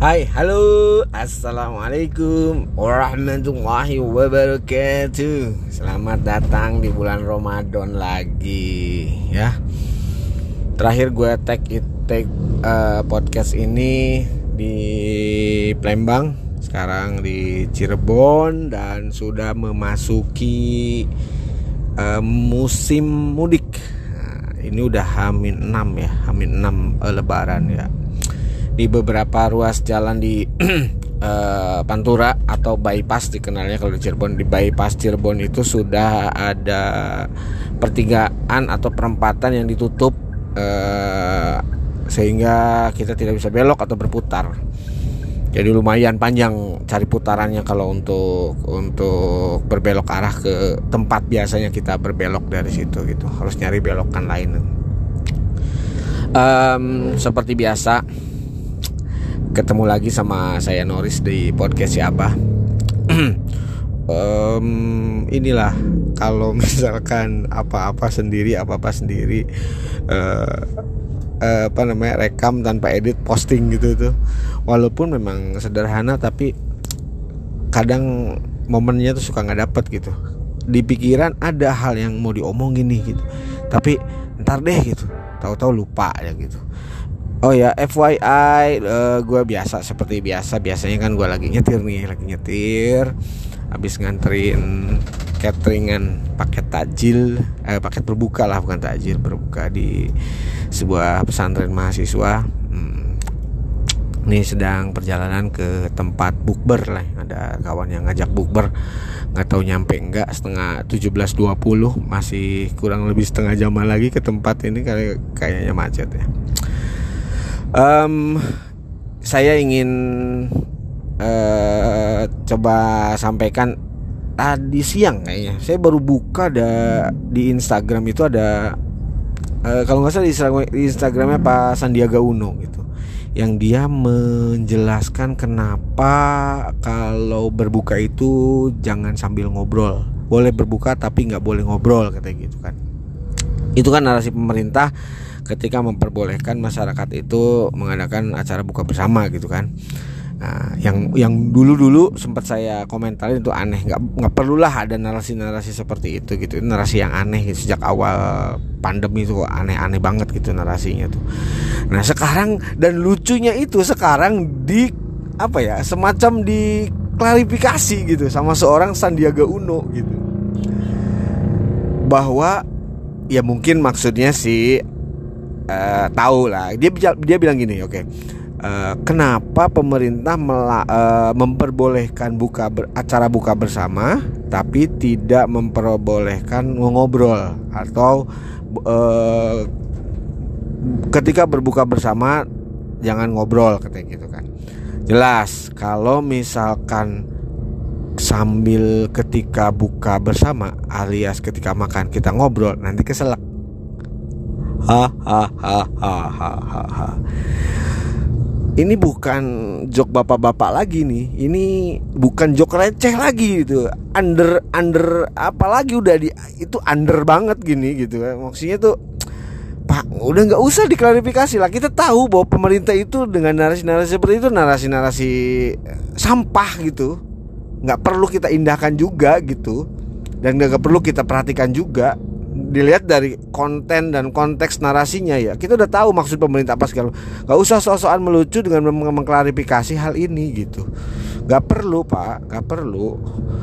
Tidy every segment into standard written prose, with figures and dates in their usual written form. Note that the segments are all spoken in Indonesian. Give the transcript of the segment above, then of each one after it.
Hai, halo, assalamualaikum warahmatullahi wabarakatuh. Selamat datang di bulan Ramadan lagi, ya. Terakhir gue take podcast ini di Palembang, sekarang di Cirebon, dan sudah memasuki musim mudik. Nah, ini udah H-6 ya, H-6 Lebaran ya. Di beberapa ruas jalan di Pantura atau bypass dikenalnya kalau di Cirebon. Di bypass Cirebon itu sudah ada pertigaan atau perempatan yang ditutup, sehingga kita tidak bisa belok atau berputar. Jadi lumayan panjang cari putarannya kalau untuk berbelok arah ke tempat biasanya kita berbelok dari situ gitu. Harus nyari belokan lain. Seperti biasa, ketemu lagi sama saya Noris di podcast Abah. Inilah kalau misalkan apa-apa sendiri rekam tanpa edit, posting gitu tuh. Walaupun memang sederhana, tapi kadang momennya tuh suka nggak dapet gitu. Di pikiran ada hal yang mau diomongin nih gitu, tapi ntar deh gitu, tahu-tahu lupa ya gitu. Oh ya, FYI, gue seperti biasanya kan gue lagi nyetir, habis nganterin cateringan paket takjil, paket berbuka lah, bukan takjil, berbuka di sebuah pesantren mahasiswa. Ini sedang perjalanan ke tempat bukber lah, ada kawan yang ngajak bukber, nggak tahu nyampe enggak, setengah 17.20, masih kurang lebih setengah jaman lagi ke tempat ini, kayaknya macet ya. Saya ingin coba sampaikan, tadi siang kayaknya saya baru buka di Instagram itu ada, kalau nggak salah di Instagramnya Pak Sandiaga Uno gitu, yang dia menjelaskan kenapa kalau berbuka itu jangan sambil ngobrol, boleh berbuka tapi nggak boleh ngobrol, katanya gitu kan. Itu kan narasi pemerintah ketika memperbolehkan masyarakat itu mengadakan acara buka bersama gitu kan. Nah, yang dulu sempat saya komentarin itu aneh, nggak perlulah ada narasi seperti itu gitu. Narasi yang aneh gitu. Sejak awal pandemi itu aneh banget gitu narasinya tuh. Nah sekarang, dan lucunya itu sekarang semacam diklarifikasi gitu sama seorang Sandiaga Uno gitu, bahwa ya mungkin maksudnya sih tahu lah, dia bilang gini, oke. Kenapa pemerintah memperbolehkan acara buka bersama tapi tidak memperbolehkan ngobrol, atau ketika berbuka bersama jangan ngobrol, katanya gitu kan. Jelas kalau misalkan sambil ketika buka bersama alias ketika makan kita ngobrol, nanti keselak. Ini bukan jok bapak-bapak lagi nih. Ini bukan jok receh lagi gitu. Under apalagi udah itu under banget gini gitu. Maksudnya tuh, Pak, udah nggak usah diklarifikasi lah. Kita tahu bahwa pemerintah itu dengan narasi-narasi seperti itu narasi sampah gitu. Nggak perlu kita indahkan juga gitu. Dan nggak perlu kita perhatikan juga. Dilihat dari konten dan konteks narasinya ya, kita udah tahu maksud pemerintah apa segala. Gak usah sok-sokan melucu dengan mengklarifikasi hal ini gitu. Gak perlu, Pak, gak perlu.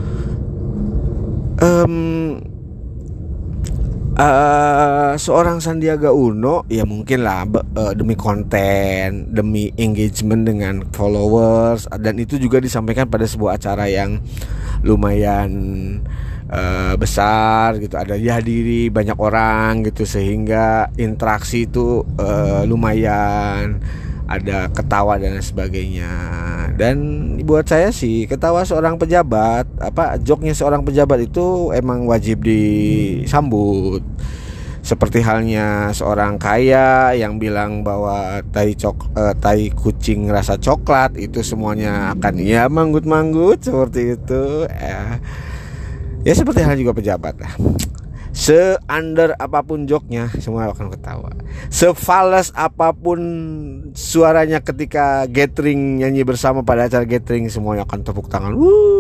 Seorang Sandiaga Uno ya mungkin lah demi konten, demi engagement dengan followers, dan itu juga disampaikan pada sebuah acara yang lumayan besar gitu, ada dihadiri banyak orang gitu, sehingga interaksi itu lumayan, ada ketawa dan sebagainya. Dan buat saya sih, ketawa seorang pejabat, joknya seorang pejabat itu emang wajib disambut. Seperti halnya seorang kaya yang bilang bahwa tai kucing rasa coklat itu semuanya akan manggut-manggut seperti itu. Ya seperti hal juga pejabat lah. Se-under apapun joknya, semua akan ketawa. Sefales apapun suaranya ketika gathering nyanyi bersama pada acara gathering, semuanya akan tepuk tangan.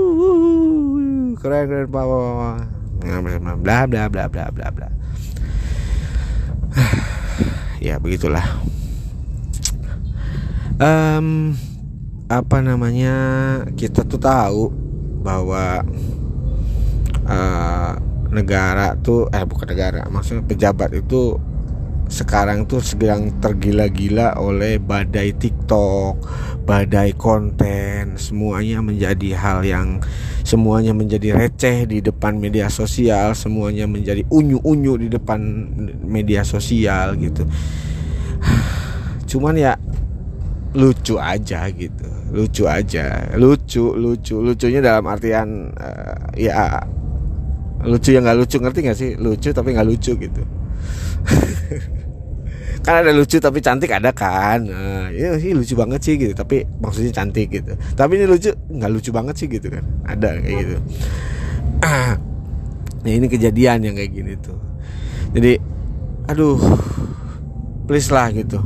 Keren bla bla bla bla bla bla. Ya begitulah. Apa namanya, kita tuh tahu bahwa negara tuh bukan negara, maksudnya pejabat itu sekarang tuh sedang tergila-gila oleh badai TikTok, badai konten, semuanya menjadi hal yang semuanya menjadi receh di depan media sosial, semuanya menjadi unyu-unyu di depan media sosial gitu. Cuman ya lucu aja gitu, lucunya dalam artian ya lucu yang nggak lucu, ngerti nggak sih? Lucu tapi nggak lucu gitu. Kan ada lucu tapi cantik ada kan. Ya sih lucu banget sih gitu, tapi maksudnya cantik gitu. Tapi ini lucu nggak lucu banget sih gitu kan. Ada kayak gitu. Ya ini kejadian yang kayak gini tuh. Jadi aduh, please lah gitu.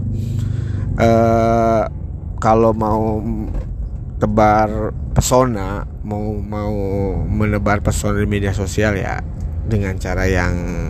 Kalau mau tebar pesona, mau menebar pesona di media sosial ya dengan cara yang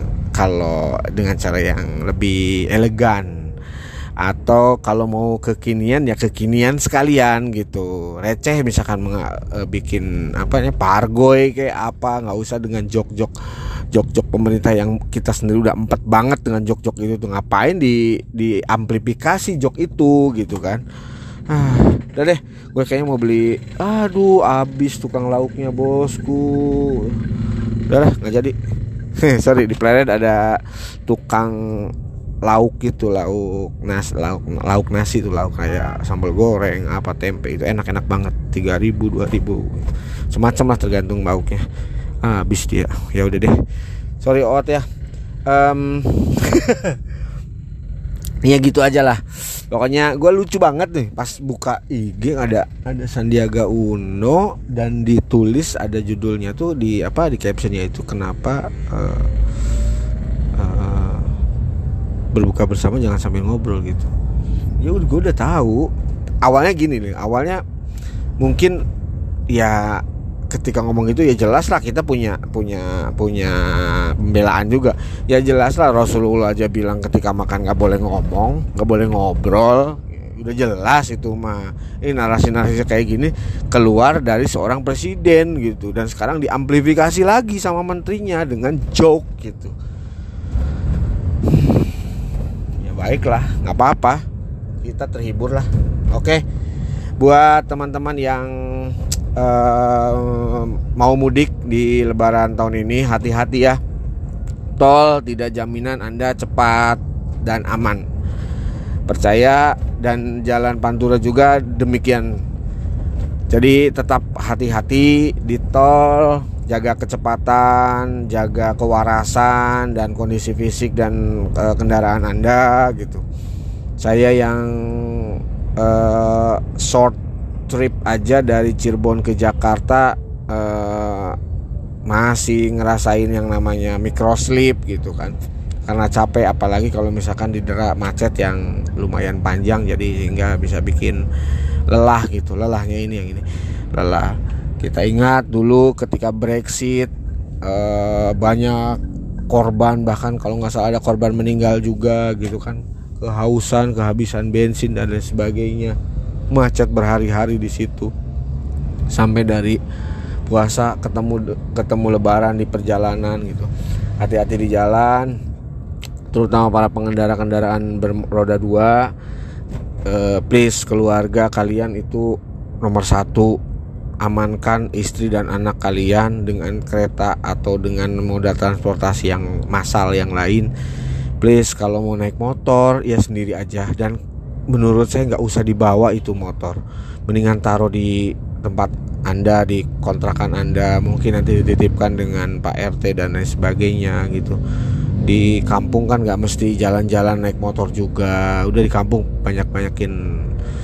lebih elegan, atau kalau mau kekinian ya kekinian sekalian gitu. Receh misalkan bikin pargoy kayak apa, nggak usah dengan jok pemerintah yang kita sendiri udah empet banget dengan jok itu tuh. Ngapain di amplifikasi jok itu gitu kan. Udah deh, gue kayaknya mau beli. Aduh, habis tukang lauknya bosku. Udah lah, nggak jadi. Sorry, di Planet ada tukang lauk gitu, lauk nasi tuh, lauk kayak sambal goreng apa tempe, itu enak banget. 3.000 2.000 semacam lah, tergantung lauknya. Habis dia. Ya udah deh. Sorry Ot ya. Ya gitu aja lah. Pokoknya gue lucu banget nih pas buka IG ada Sandiaga Uno dan ditulis ada judulnya tuh di captionnya itu, kenapa berbuka bersama jangan sambil ngobrol gitu. Ya udah, gue udah tahu. Awalnya gini nih, awalnya mungkin ya ketika ngomong itu ya jelas lah kita punya pembelaan juga. Ya jelas lah Rasulullah aja bilang ketika makan nggak boleh ngomong, nggak boleh ngobrol. Udah jelas itu mah. Ini narasi-narasi kayak gini keluar dari seorang presiden gitu, dan sekarang diamplifikasi lagi sama menterinya dengan joke gitu. Ya baiklah, nggak apa-apa, kita terhibur lah. Oke, buat teman-teman yang mau mudik di Lebaran tahun ini, hati-hati ya. Tol tidak jaminan Anda cepat dan aman. Percaya, dan jalan Pantura juga demikian. Jadi tetap hati-hati di tol, jaga kecepatan, jaga kewarasan dan kondisi fisik dan kendaraan Anda gitu. Saya yang short trip aja dari Cirebon ke Jakarta masih ngerasain yang namanya microslip gitu kan, karena capek, apalagi kalau misalkan didera macet yang lumayan panjang, jadi sehingga bisa bikin lelah gitu. Lelahnya ini yang ini lelah. Kita ingat dulu ketika Brexit banyak korban, bahkan kalau nggak salah ada korban meninggal juga gitu kan, kehausan, kehabisan bensin dan lain sebagainya. Macet berhari-hari di situ, sampai dari puasa ketemu Lebaran di perjalanan gitu. Hati-hati di jalan, terutama para pengendara kendaraan beroda 2. Please, keluarga kalian itu nomor 1. Amankan istri dan anak kalian dengan kereta atau dengan moda transportasi yang massal yang lain. Please, kalau mau naik motor ya sendiri aja, dan menurut saya nggak usah dibawa itu motor, mendingan taruh di tempat Anda, di kontrakan Anda, mungkin nanti dititipkan dengan Pak RT dan lain sebagainya gitu. Di kampung kan nggak mesti jalan-jalan naik motor juga, udah di kampung banyak-banyakin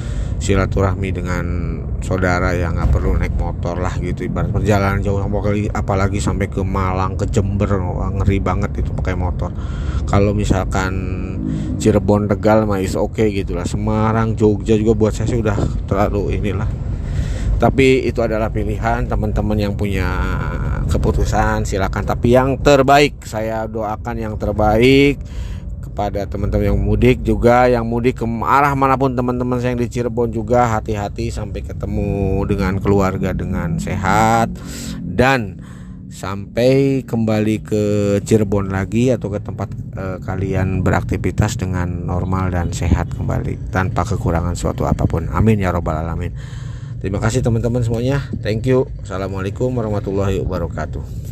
silaturahmi dengan saudara yang nggak perlu naik motor lah gitu, ibarat perjalanan jauh, apalagi sampai ke Malang, ke Jember, ngeri banget itu pakai motor. Kalau misalkan Cirebon, Tegal mah is oke gitulah. Semarang, Jogja juga buat saya sih udah terlalu inilah. Tapi itu adalah pilihan teman-teman yang punya keputusan, silakan. Tapi yang terbaik, saya doakan yang terbaik kepada teman-teman yang mudik juga, yang mudik ke arah manapun teman-teman saya yang di Cirebon juga, hati-hati sampai ketemu dengan keluarga dengan sehat, dan sampai kembali ke Cirebon lagi atau ke tempat kalian beraktivitas dengan normal dan sehat kembali tanpa kekurangan suatu apapun. Amin ya robbal alamin. Terima kasih teman-teman semuanya. Thank you. Assalamualaikum warahmatullahi wabarakatuh.